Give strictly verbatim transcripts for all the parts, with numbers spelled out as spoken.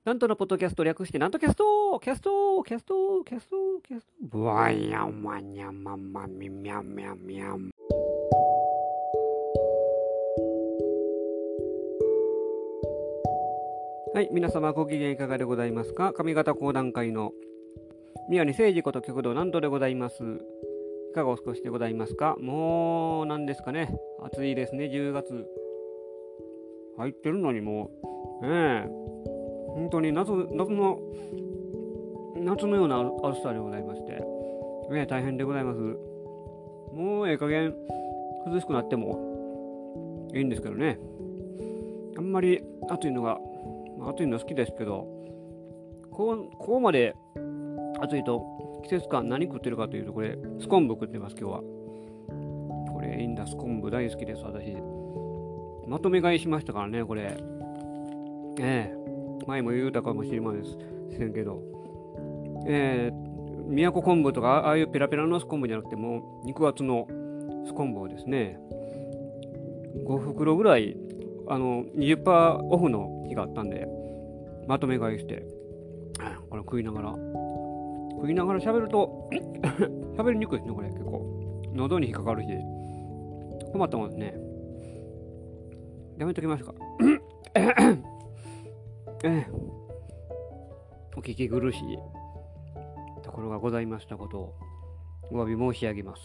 なんとのポッドキャスト略してなんとキャストキャストキャストキャストキャストブワイヤンワンニャンマンマンミミャンミャンミャン。はい、皆様ご機嫌いかがでございますか。上方講談会の宮根誠司こと極道なんとでございます。いかがお過ごしでございますか。もう何ですかね、暑いですね。じゅうがつ入ってるのにもうねえ本当に 夏, 夏の夏のような暑さでございまして、ね、大変でございます。もうええ加減涼しくなってもいいんですけどね。あんまり暑いのが、まあ、暑いの好きですけど、こう、ここまで暑いと季節感何食ってるかというと、これスコンブ食ってます今日は。これいいんだ、スコンブ大好きです私。まとめ買いしましたからねこれ。ええ前も言うたかもしれませんけど、えー、宮古昆布とかああいうペラペラのスコンブじゃなくて、もう肉厚のスコンブをですね、ごふくろぐらいあの にじゅっパーセント オフの日があったんでまとめ買いして、これ食いながら食いながら喋ると喋りにくいですねこれ。結構喉に引っかかるし困ったもんね。やめときますかええ、お聞き苦しいところがございましたことをお詫び申し上げます。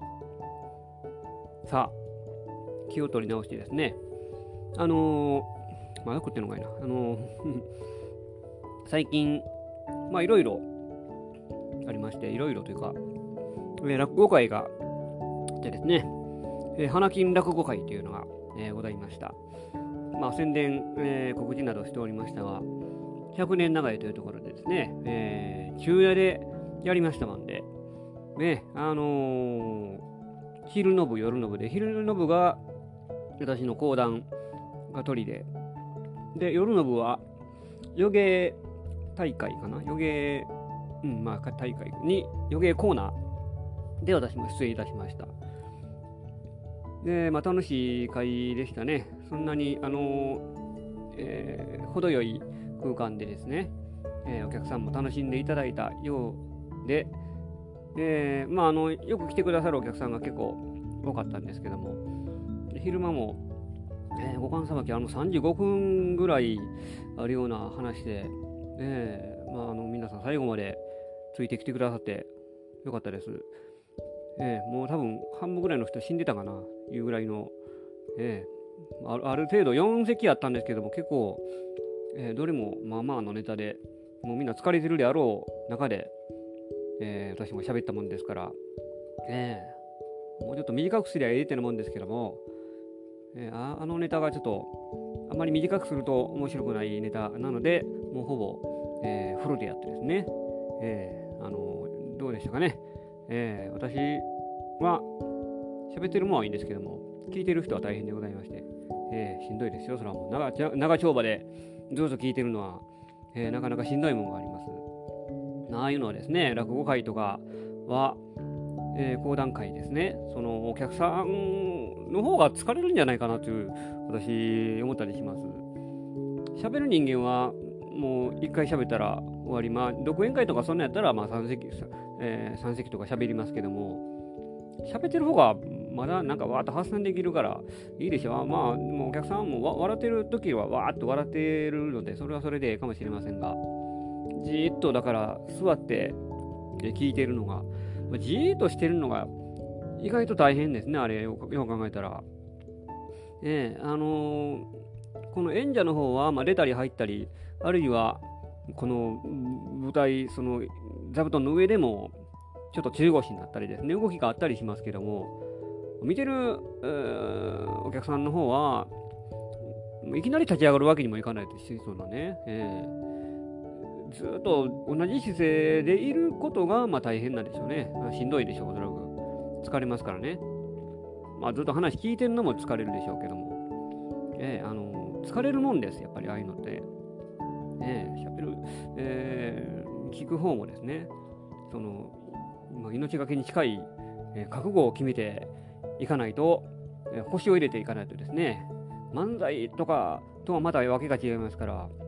さあ、気を取り直してですね、あのー、まだ食ってんのかいな、あのー、最近まあいろいろありまして、いろいろというか、えー、落語会があってですね、えー、花金落語会というのが、えー、ございました。まあ、宣伝、えー、告知などしておりましたが、ひゃくねん長いというところでですね、えー、昼夜でやりましたもんで、ね、あのー、昼の部、夜の部で、昼の部が私の講談が取りで、で、夜の部は余芸大会かな、余芸、うん、まあ、大会に余芸コーナーで私も出演いたしました。で、まあ、楽しい会でしたね。そんなに、あのーえー、程よい空間でですね、えー、お客さんも楽しんでいただいたようで、えーまあ、あのよく来てくださるお客さんが結構多かったんですけども、昼間も、えー、五感さばきあのさんじゅうごふんぐらいあるような話で、えーまあ、あの皆さん最後までついてきてくださってよかったです。えー、もう多分半分ぐらいの人死んでたかないうぐらいの、えー、あ, ある程度よん席あったんですけども、結構、えー、どれもまあまあのネタで、もうみんな疲れてるであろう中で、えー、私も喋ったもんですから、えー、もうちょっと短くすりゃええってなもんですけども、えー、あ, あのネタがちょっとあまり短くすると面白くないネタなので、もうほぼ、えー、フルでやってですね、えー、あのどうでしたかね。えー、私は喋ってるもんはいいんですけども、聞いてる人は大変でございまして、えー、しんどいですよ。それはもう 長, 長丁場でずっと聞いてるのは、えー、なかなかしんどいものがあります。ああいうのはですね、落語会とかは、えー、講談会ですね、そのお客さんの方が疲れるんじゃないかなという私思ったりします。喋る人間はもう一回喋ったら終わり。まあ独演会とかそんなやったらまあさん席、えー、さん席とか喋りますけども、喋ってる方がまだなんかわーっと発散できるからいいでしょ。まあもうお客さんも笑ってる時はわーっと笑ってるので、それはそれでいいかもしれませんが、じーっとだから座って聞いてるのが、じーっとしてるのが意外と大変ですね、あれよく考えたら。えー、あのー、この演者の方は、まあ、出たり入ったり、あるいはこの舞台、その座布団の上でもちょっと中腰になったりですね、動きがあったりしますけども、見てる、えー、お客さんの方はいきなり立ち上がるわけにもいかないですし、そのね、えー、ずっと同じ姿勢でいることがまあ大変なんでしょうね。しんどいでしょう、おそらく。疲れますからね。まあ、ずっと話聞いてるのも疲れるでしょうけども、えー、あの疲れるもんです、やっぱりああいうのって。えー、しゃべる、えー、聞く方もですね、そのまあ、命がけに近い、えー、覚悟を決めていかないと、えー、腰を入れていかないとですね、漫才とかとはまた訳が違いますから、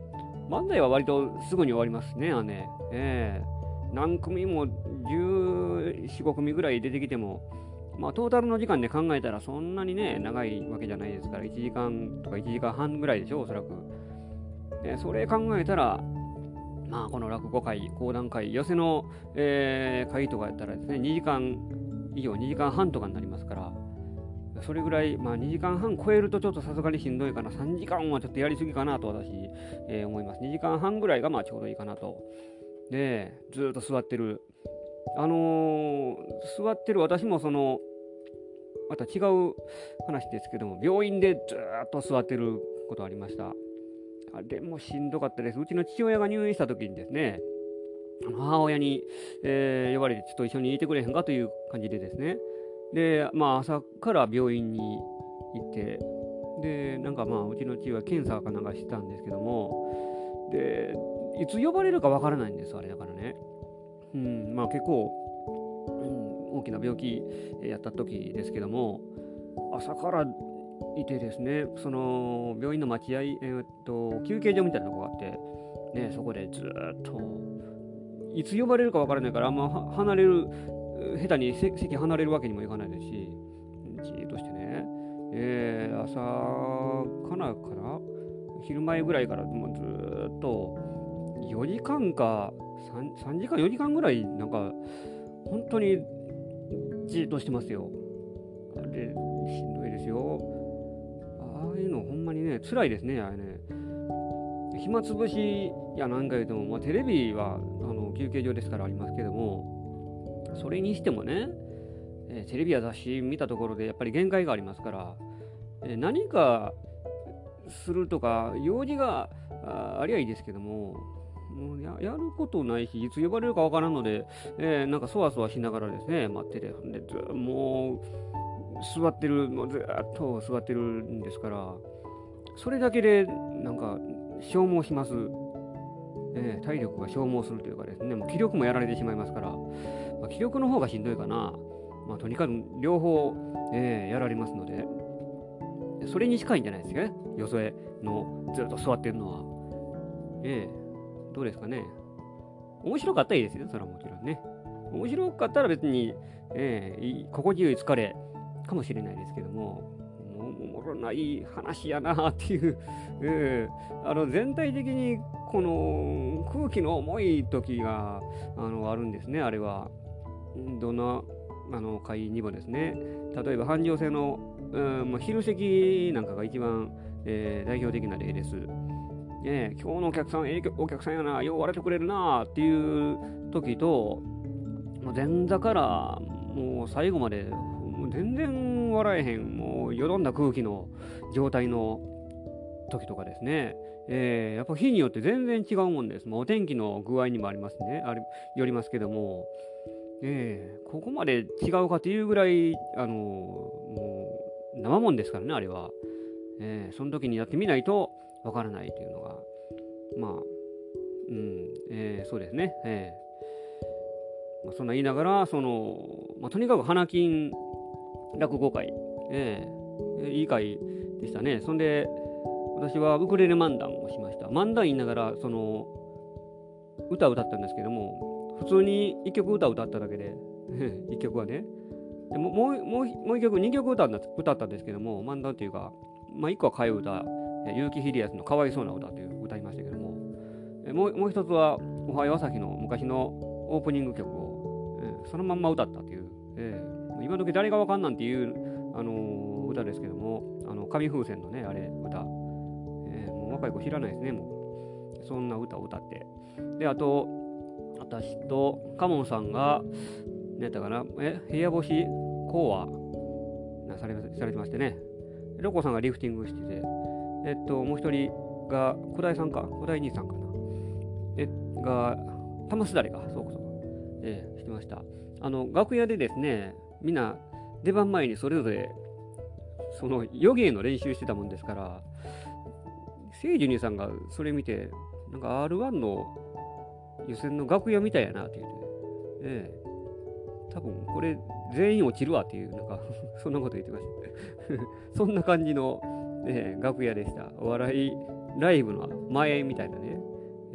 漫才は割とすぐに終わりますね、あね。えー、何組もじゅうよん、ご組ぐらい出てきても、まあトータルの時間で考えたらそんなにね、長いわけじゃないですから、いちじかんとかいちじかんはんぐらいでしょ、おそらく。えー、それ考えたら、まあこの落語会、講談会、寄席の、えー、会とかやったらですね、にじかん以上、にじかんはんとかになりますから、それぐらい、まあにじかんはん超えるとちょっとさすがにしんどいかな。さんじかんはちょっとやりすぎかなと私、えー、思います。にじかんはんぐらいがまあちょうどいいかなと。で、ずーっと座ってる。あのー、座ってる私もその、また違う話ですけども、病院でずーっと座ってることありました。あれもしんどかったです。うちの父親が入院した時にですね、母親に、えー、呼ばれてちょっと一緒にいてくれへんかという感じでですね、で、まあ、朝から病院に行って、で、なんかまあ、うちの父は検査かなんかしてたんですけども、で、いつ呼ばれるかわからないんです、あれだからね。うん、まあ結構、うん、大きな病気やった時ですけども、朝からいてですね、その病院の待合、えー、っと、休憩所みたいなとこがあって、ね、そこでずっと、いつ呼ばれるかわからないから、あんま離れる、下手に席離れるわけにもいかないですし、じーっとしてね、えー、朝からから昼前ぐらいからもうずっとよじかんか 3, さんじかんよじかんぐらいなんか本当にじーっとしてますよ。あれしんどいですよ。ああいうのほんまにね辛いですね。あれね暇つぶしやなんか言うとも、まあ、テレビはあの休憩所ですからありますけども、それにしてもね、えー、テレビや雑誌見たところでやっぱり限界がありますから、えー、何かするとか用事が あ, ありゃいいですけども、もう や, やることないしいつ呼ばれるかわからんので、えー、なんかそわそわしながらですね待ってて、でずもう座ってるもうずっと座ってるんですから、それだけでなんか消耗します、えー、体力が消耗するというかですね、もう気力もやられてしまいますから、まあ、気力の方がしんどいかな。まあ、とにかく両方、えー、やられますので、それに近いんじゃないですかね。よそへのずっと座ってるのは。えー、どうですかね。面白かったらいいですよ。それはもちろんね。面白かったら別に、えー、心地よい疲れかもしれないですけども、もうおもろない話やなっていう、えー、あの全体的にこの空気の重い時が あのあるんですね、あれは。どんなあの会にもですね、例えば繁盛性の、うんまあ、昼席なんかが一番、えー、代表的な例です。ね、今日のお客さん、ええお客さんやな、よう笑ってくれるなっていう時と、もう前座からもう最後までもう全然笑えへん、もうよどんだ空気の状態の時とかですね、えー、やっぱ日によって全然違うもんです。もうお天気の具合にもありますね、あれよりますけども、えー、ここまで違うかというぐらい、あのー、もう生もんですからね、あれは。えー、その時にやってみないとわからないというのが、まあ、うん、えー、そうですね。えーまあ、そんな言いながら、その、まあ、とにかく花金落語会、えー、いい会でしたね。そんで、私はウクレレ漫談をしました。漫談言いながら、その、歌を歌ったんですけども、普通に一曲歌を歌っただけで、一曲はね。でももうもうもう一曲、二曲歌歌ったんですけども、漫談というか、まあ一個は替え歌、結城秀康のかわいそうな歌という歌いましたけども、もうもう一つは、おはよう朝日の昔のオープニング曲を、えー、そのまんま歌ったという、えー、今時誰がわかんなんていう、あのー、歌ですけども、あの紙風船のね、あれ、歌、えー、もう若い子知らないですね、もう。そんな歌を歌って。で、あと、私とカモンさんが、何やったかな、え、部屋干し講話なされされてましてね、ロコさんがリフティングしてて、えっと、もう一人が、小田井さんか、小田井兄さんかな、え、が、玉すだれか、そうこそ、えー、してました。あの、楽屋でですね、みんな出番前にそれぞれ、その、予芸の練習してたもんですから、聖樹兄さんがそれ見て、なんか アールワン の予選の楽屋みたいやなって言って、ええ多分これ全員落ちるわっていう、なんかそんなこと言ってましたそんな感じの、ね、楽屋でした。お笑いライブの前みたいなね、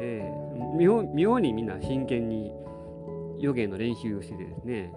えー、妙, 妙にみんな真剣に予言の練習をしててですね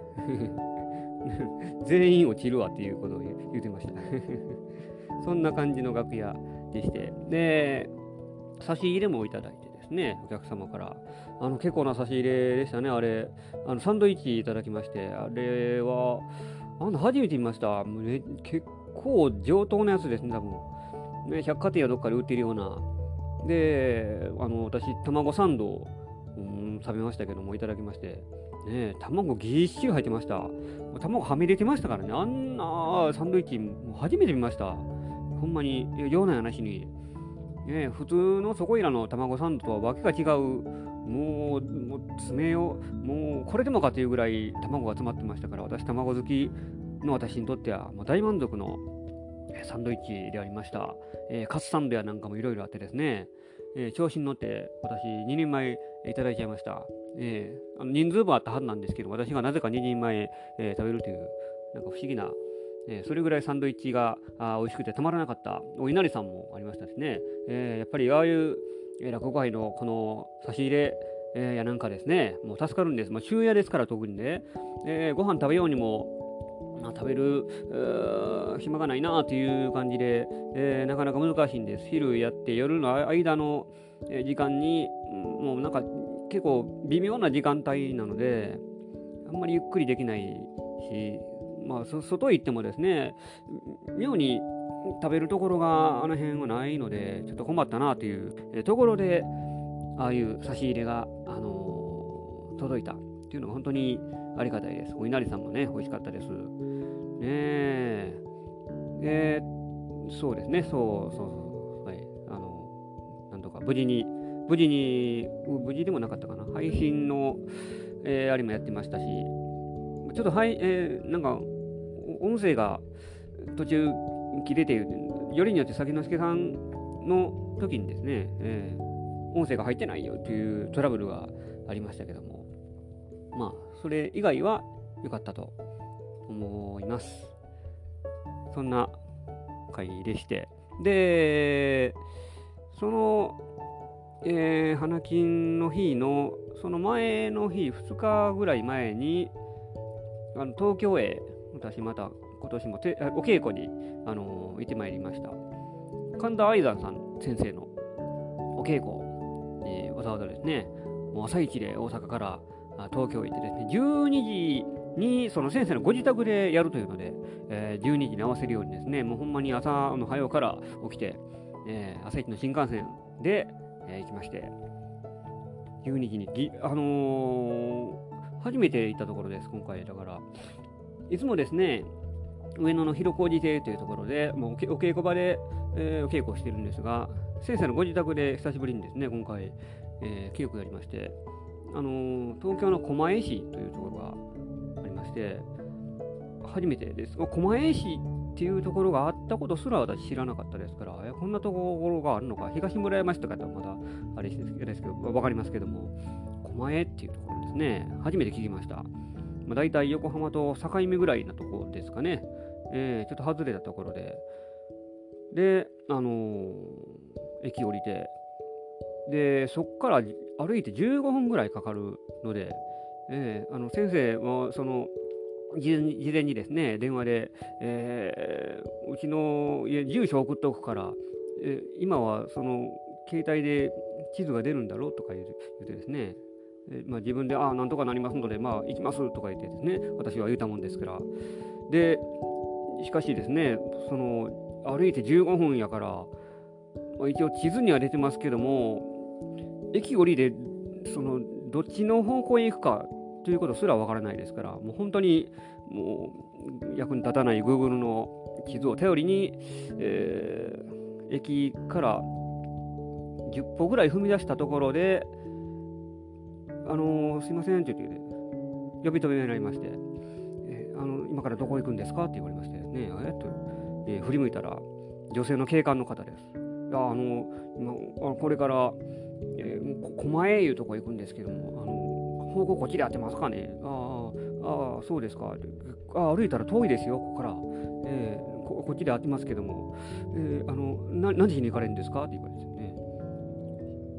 全員落ちるわっていうことを言ってましたそんな感じの楽屋でして、で差し入れもいただいてですね、お客様からあの結構な差し入れでしたね。あれあのサンドイッチいただきまして、あれはあの初めて見ました。ね、結構上等なやつですね、多分ね、百貨店やどっかで売ってるような。で、あの私卵サンドを、うん、食べましたけども、いただきまして、ね、卵ぎっしり入ってました。卵はみ出てましたからね。あんなサンドイッチもう初めて見ました。ほんまにような話に、ね、普通のそこいらの卵サンドとはわけが違う。もう、もう爪をもうこれでもかというぐらい卵が詰まってましたから、私卵好きの私にとってはもう大満足のサンドイッチでありました。えー、カツサンドやなんかもいろいろあってですね、えー、調子に乗って私ににんまえいただいちゃいました。えー、あの人数分あったはずなんですけど、私がなぜかににんまえ、えー、食べるというなんか不思議な、えー、それぐらいサンドイッチがあ美味しくてたまらなかったお稲荷さんもありましたですね。えー、やっぱりああいう、えー、落語界のこの差し入れ、えー、やなんかですね、もう助かるんです。まあ、終夜ですから特にね、えー、ご飯食べようにも食べる暇がないなという感じで、えー、なかなか難しいんです。昼やって夜の間の時間にもうなんか結構微妙な時間帯なので、あんまりゆっくりできないし、まあ外行ってもですね、妙に食べるところがあの辺はないので、ちょっと困ったなというところで、ああいう差し入れが、あのー、届いたっていうのが本当にありがたいです。お稲荷さんもね、美味しかったです。ねえ。えー、そうですね、そうそうそう、はい。あの、なんとか無事に、無事に、無事でもなかったかな。配信の、えー、あれもやってましたし、ちょっと、はい、えー、なんか、音声が途中切れて、よりによって先之助さんの時にですね、えー、音声が入ってないよというトラブルがありましたけども、まあ、それ以外は良かったと思います。そんな回でして。で、その、えー、花金の日の、その前の日、ふつかぐらい前に、あの東京へ、私また今年もてお稽古に、あのー、行ってまいりました。神田愛山さん先生のお稽古、えー、わざわざですね、もう朝一で大阪から東京へ行ってですね、じゅうにじにその先生のご自宅でやるというので、えー、じゅうにじに合わせるようにですね、もうほんまに朝の早うから起きて、えー、朝一の新幹線で、えー、行きまして、じゅうにじにぎ、あのー、初めて行ったところです、今回。だから、いつもですね、上野の広小路邸というところで、もうお稽古場で、えー、お稽古をしているんですが、先生のご自宅で久しぶりにですね、今回、えー、稽古やりまして、あのー、東京の狛江市というところがありまして、初めてです。狛江市っていうところがあったことすら私知らなかったですから、えこんなところがあるのか、東村山市とかだったらまだあれですけど、わかりますけども、狛江っていうところですね、初めて聞きました。まあ、大体横浜と境目ぐらいなところですかね。えー、ちょっと外れたところで、で、あのー、駅降りて、で、そこから歩いてじゅうごふんぐらいかかるので、えー、あの先生もその事前にですね、電話で、えー、うちの家住所送っておくから、えー、今はその携帯で地図が出るんだろうとか言ってですね、えーまあ、自分で、ああ、なんとかなりますので、まあ、行きますとか言ってですね、私は言ったもんですから。で、しかしですね、その歩いてじゅうごふんやから、まあ、一応地図には出てますけども、駅降りでそのどっちの方向へ行くかということすらわからないですから、もう本当にもう役に立たない Google の地図を頼りに、えー、駅からじゅっぽぐらい踏み出したところで、あのー、すいませんって言って、呼び止めになりまして、えー、あの今からどこ行くんですかって言われましてね、えっと、えー、振り向いたら女性の警官の方です。あの今これから、えー、狛江いうとこ行くんですけども、あの方向こっちで合ってますかね。ああ、そうですか。あ、歩いたら遠いですよ、ここから。えー、こ, こっちで合ってますけども、えー、あのな何時に行かれるんですかって言われてね。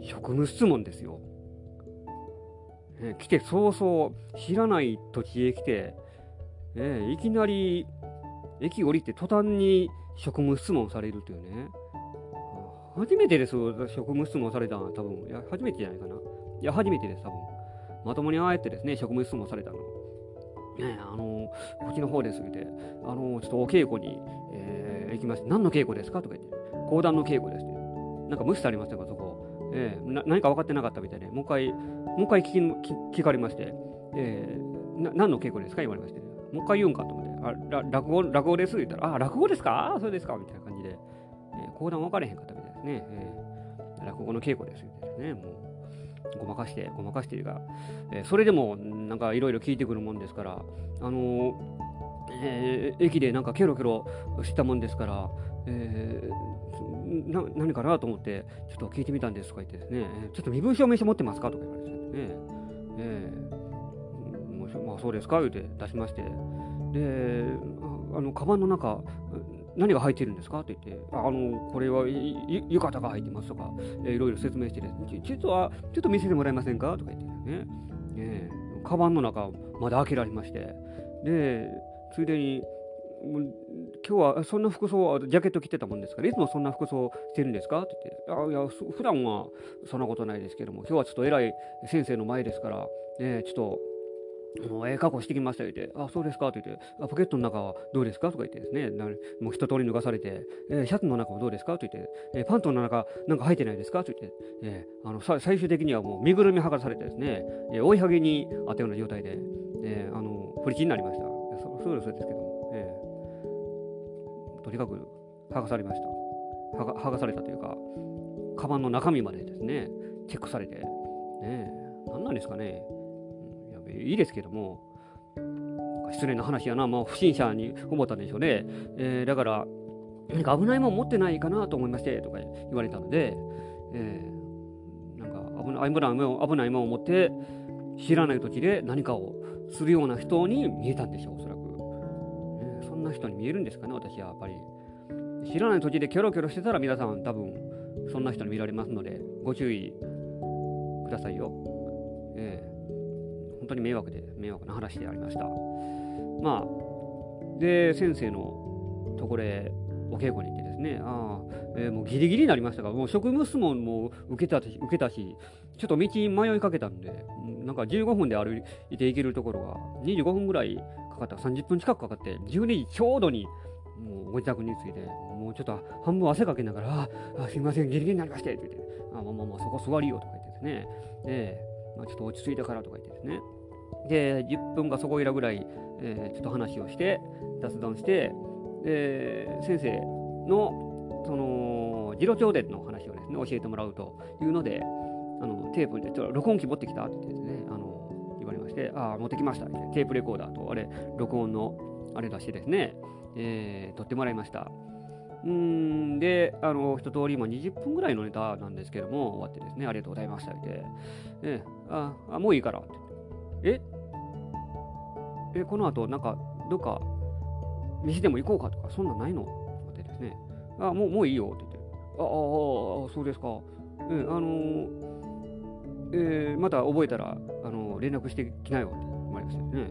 職務質問ですよ。ね、来て早々、知らない土地へ来て、ね、いきなり駅降りて途端に職務質問されるというね。初めてですよ、職務質問されたのは多分。いや、初めてじゃないかな。いや、初めてです、多分。まともにああやってですね、職務質問されたの。ねえ、あの、こっちの方です、って。あの、ちょっとお稽古に、えー、行きまして、何の稽古ですかとか言って、講談の稽古ですって。なんか無視されましたか、そこ。えー、な何か分かってなかったみたいで、もう一回、もう一回聞き聞聞かれまして、えー、な何の稽古ですか言われまして、もう一回言うんかと思って、あら落語、落語ですって言ったら、あ、落語ですかあ、そうですかみたいな感じで、えー、講談分かれへんかったみたいですね。えー、落語の稽古ですってね、もう、ごまかして、ごまかしていうか、えー、それでも、なんかいろいろ聞いてくるもんですから、あのーえー、駅でなんかキョロキョロしたもんですから、えー、な何かなと思って、ちょっと聞いてみたんですとか言ってですね、ちょっと身分証明書持ってますかとか言われてですね、えー、まあそうですか言うて出しまして、で、あの、カバンの中、何が入っているんですかって言って、あの、これは浴衣が入ってますとか、えー、いろいろ説明してですね、実は、ちょっと見せてもらえませんかとか言ってね、えー、カバンの中、まだ開けられまして、で、ついでに、今日はそんな服装、ジャケット着てたもんですから、いつもそんな服装してるんですかって言って、あ、いや、普段はそんなことないですけども、今日はちょっと偉い先生の前ですから、ね、ちょっと、ええ加工してきました言って、あ、そうですかと言って、あ、ポケットの中はどうですかとか言ってですね、もう一通り脱がされて、えー、シャツの中はどうですかと言って、えー、パントの中なんか入ってないですかと言って、えー、あのさ最終的にはもう身ぐるみ剥がされてですね、えー、追いはぎにあったような状態で、えー、あのフリチになりました。そそうですですけども、えー、とにかく剥がされました。剥が剥がされたというか、カバンの中身までですね、チェックされて、ね、何なんですかね。いいですけども、失礼な話やな、まあ、不審者に思ったんでしょうね。えー、だから、なんか危ないもん持ってないかなと思いましてとか言われたので、えー、なんか危ない危ないもん危ないもんを持って、知らない土地で何かをするような人に見えたんでしょう、おそらく。えー、そんな人に見えるんですかね、私はやっぱり。知らない土地でキョロキョロしてたら、皆さん、多分そんな人に見られますので、ご注意くださいよ。えー本当に迷惑で、迷惑な話でありました。まあ、で、先生のところへお稽古に行ってですね、あ、えー、もうギリギリになりましたが、もう職務質問も受けたし、受けたし、ちょっと道に迷いかけたんで、なんかじゅうごふんで歩いて行けるところが、にじゅうごふんぐらいかかった、さんじゅっぷん近くかかって、じゅうにじちょうどに、もうご自宅に着いて、もうちょっと半分汗かけながら、ああ、すいません、ギリギリになりまして、って言って、あまあまあまあ、そこ座りよとか言ってですね、えーまあ、ちょっと落ち着いたからとか言ってですね、で、じゅっぷんかそこいらぐらい、えー、ちょっと話をして、雑談して、で、先生の、その、次郎長伝の話をですね、教えてもらうというので、あの、テープで、ちょっと録音機持ってきたって言ってですね、あの、言われまして、ああ、持ってきました、ね、テープレコーダーと、あれ、録音の、あれ出してですね、えー、撮ってもらいました。うーんで、あの、一通り、今にじゅっぷんぐらいのネタなんですけども、終わってですね、ありがとうございましたって、えー、ああ、もういいからって。ええ、この後、なんか、どっか、飯でも行こうかとか、そんなんないのってですね。あ、もう、もういいよって言って。ああ、ああ、そうですか。え、あのー、えー、また覚えたら、あのー、連絡してきなよって言われましたよね。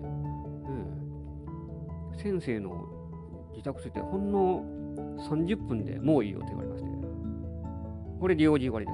えー、先生の自宅着いて、ほんのさんじゅっぷんでもういいよって言われまして。これで用事終わりです。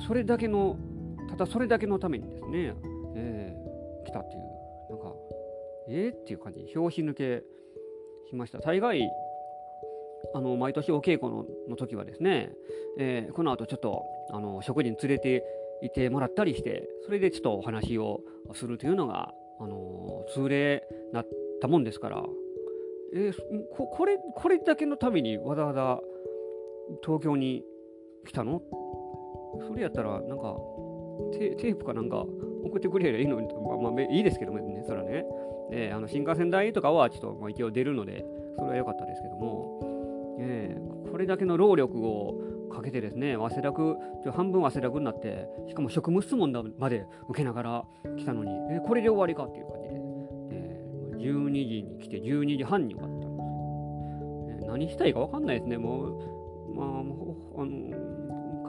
それだけの、ただそれだけのためにですね、えー、来たっていう、なんか、えー、っていう感じ、拍子抜けしました。大概、あの毎年お稽古のの時はですね、えー、この後ちょっとあの食事に連れて行ってもらったりして、それでちょっとお話をするというのが、あの通例なったもんですから、えー、こ, これこれだけのためにわざわざ東京に来たの？それやったらなんかテ, テープかなんか送ってくれればいいのに、まあ、まあ、いいですけどね、それはね。えー、あの新幹線代とかはちょっと、まあ、一応出るので、それは良かったですけども、えー、これだけの労力をかけてですね、汗だく、半分汗だくになって、しかも職務質問まで受けながら来たのに、えー、これで終わりかっていう感じで、えー、じゅうにじに来てじゅうにじはんに終わったんですよ。えー、何したいか分かんないですね、もう、まあ、もうあの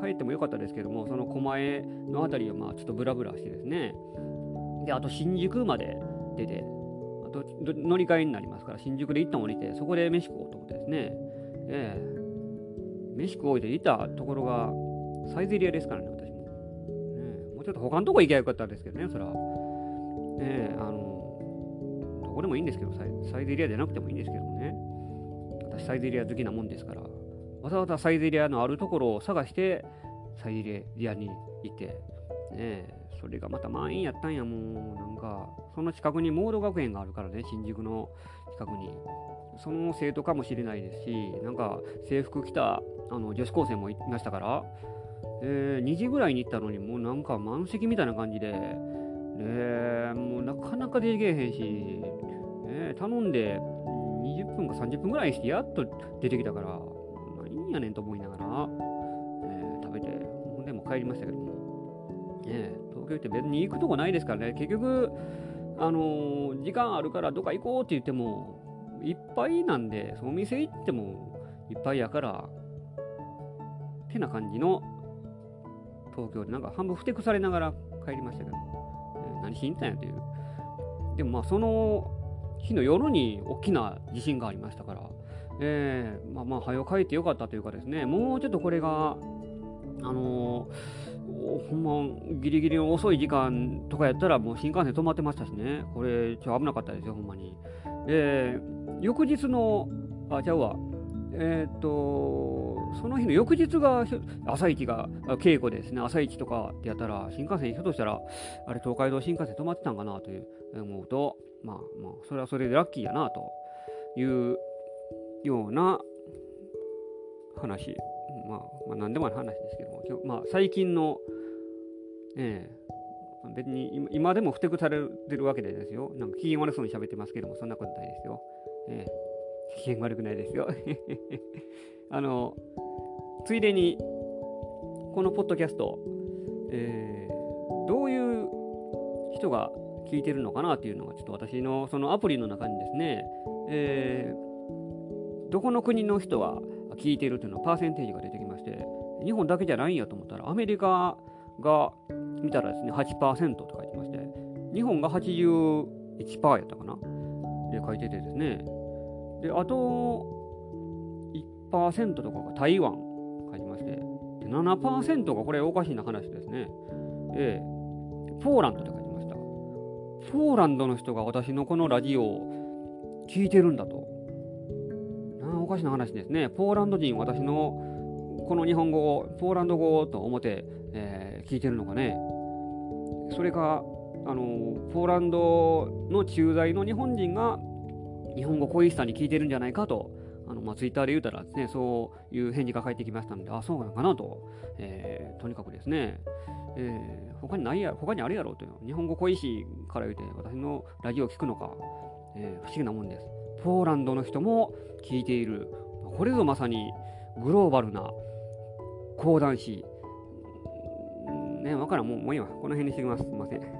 帰ってもよかったですけども、その狛江のあたりをまあちょっとブラブラしてですね、であと新宿まで出て、あと乗り換えになりますから、新宿で一旦降りて、そこで飯食おうと思ってですね、ええ、飯食おうと行ったところがサイゼリヤですからね、私も。ね、もうちょっと他のとこ行けばよかったんですけどね、そら。ね、あの、どこでもいいんですけど、サイ、サイゼリヤじゃなくてもいいんですけどもね。私、サイゼリヤ好きなもんですから、わざわざサイゼリヤのあるところを探して、サイゼリヤに行って、ね、それがまた満員やったんや、もう、なんか、その近くにモード学園があるからね、新宿の近くに。その生徒かもしれないですし、なんか制服着たあの女子高生もいましたから、えー、にじぐらいに行ったのにもうなんか満席みたいな感じで、ね、もうなかなか出てけえへんし、ね、頼んでにじゅっぷんかさんじゅっぷんぐらいしてやっと出てきたから、何やねんと思いながら、えー、食べて、ほんでも帰りましたけども、ね、東京って別に行くとこないですからね、結局、あのー、時間あるからどっか行こうって言っても、いっぱいなんで、お店行ってもいっぱいやから、てな感じの東京でなんか半分ふてくされながら帰りましたけど、えー、何しに行ったんやという。でもまあその日の夜に大きな地震がありましたから、えー、まあまあ早く帰ってよかったというかですね、もうちょっとこれが、あのー、ほんまギリギリの遅い時間とかやったらもう新幹線止まってましたしね、これちょっと危なかったですよ、ほんまに。えー翌日の、あ、ちゃうわ、えっ、ー、と、その日の翌日が、朝一が稽古ですね、朝一とかってやったら、新幹線ひょっとしたら、あれ、東海道新幹線止まってたんかなという思うと、まあまあ、それはそれでラッキーやなというような話、まあ、まあ、なんでもない話ですけども、まあ、最近の、えー、別に今でもふてくされてるわけでですよ。なんか機嫌悪そうに喋ってますけども、そんなことないですよ。えー、機嫌悪くないですよ。あの、ついでに、このポッドキャスト、えー、どういう人が聞いてるのかなっていうのが、ちょっと私のそのアプリの中にですね、えー、どこの国の人が聞いてるというのパーセンテージが出てきまして、日本だけじゃないんやと思ったら、アメリカが見たらですね、はちパーセントと書いてまして、日本が はちじゅういちパーセント やったかなで書いててですね。で、あと いちパーセント とかが台湾書いてまして、で ななパーセント がこれおかしな話ですね。ええ、ポーランドって書いてました。ポーランドの人が私のこのラジオを聞いてるんだと。なおかしな話ですね。ポーランド人、私のこの日本語をポーランド語と思って、えー、聞いてるのかね。それがあのポーランドの駐在の日本人が日本語恋しさに聞いてるんじゃないかと、あの、まあ、ツイッターで言うたらですね、そういう返事が返ってきましたので、あ、そうなのかなと、えー、とにかくですね、えー、他にないや、他にあるやろうという、日本語恋しいから言うて、私のラジオを聞くのか、えー、不思議なもんです。ポーランドの人も聞いている、これぞまさにグローバルな講談師、ね、わからん、もう、もういいわ、この辺にしてきます。すみません。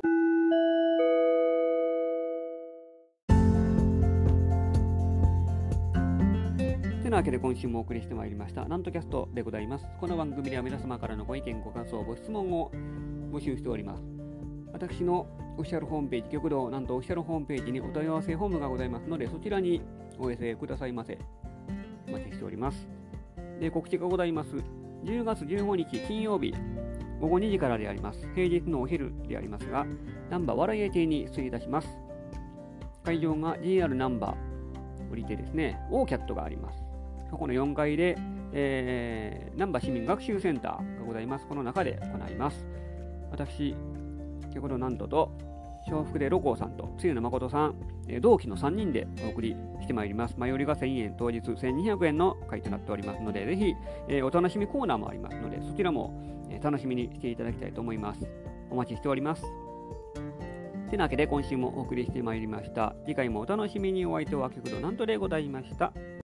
てなわけで今週もお送りしてまいりましたなんとキャストでございます。この番組では皆様からのご意見ご感想ご質問を募集しております。私のオフィシャルホームページ極道なんとオフィシャルホームページにお問い合わせフォームがございますので、そちらにお寄せくださいませ。お待ちしております。で、告知がございます。じゅうがつじゅうごにち金曜日ごごにじからであります。平日のお昼でありますが、難波笑い屋亭に出演いたします。会場が ジェイアール 難波降りてですね、オーキャットがあります。そこのよんかいで、えー、難波市民学習センターがございます。この中で行います。私、極道なんとと、笑福でロコーさんと、つゆの誠さん、えー、同期のさんにんでお送りしてまいります。前売りがせんえん、当日せんにひゃくえんの会となっておりますので、ぜひ、えー、お楽しみコーナーもありますので、そちらも、えー、楽しみにしていただきたいと思います。お待ちしております。てなわけで今週もお送りしてまいりました。次回もお楽しみに。お相手は極道なんとでございました。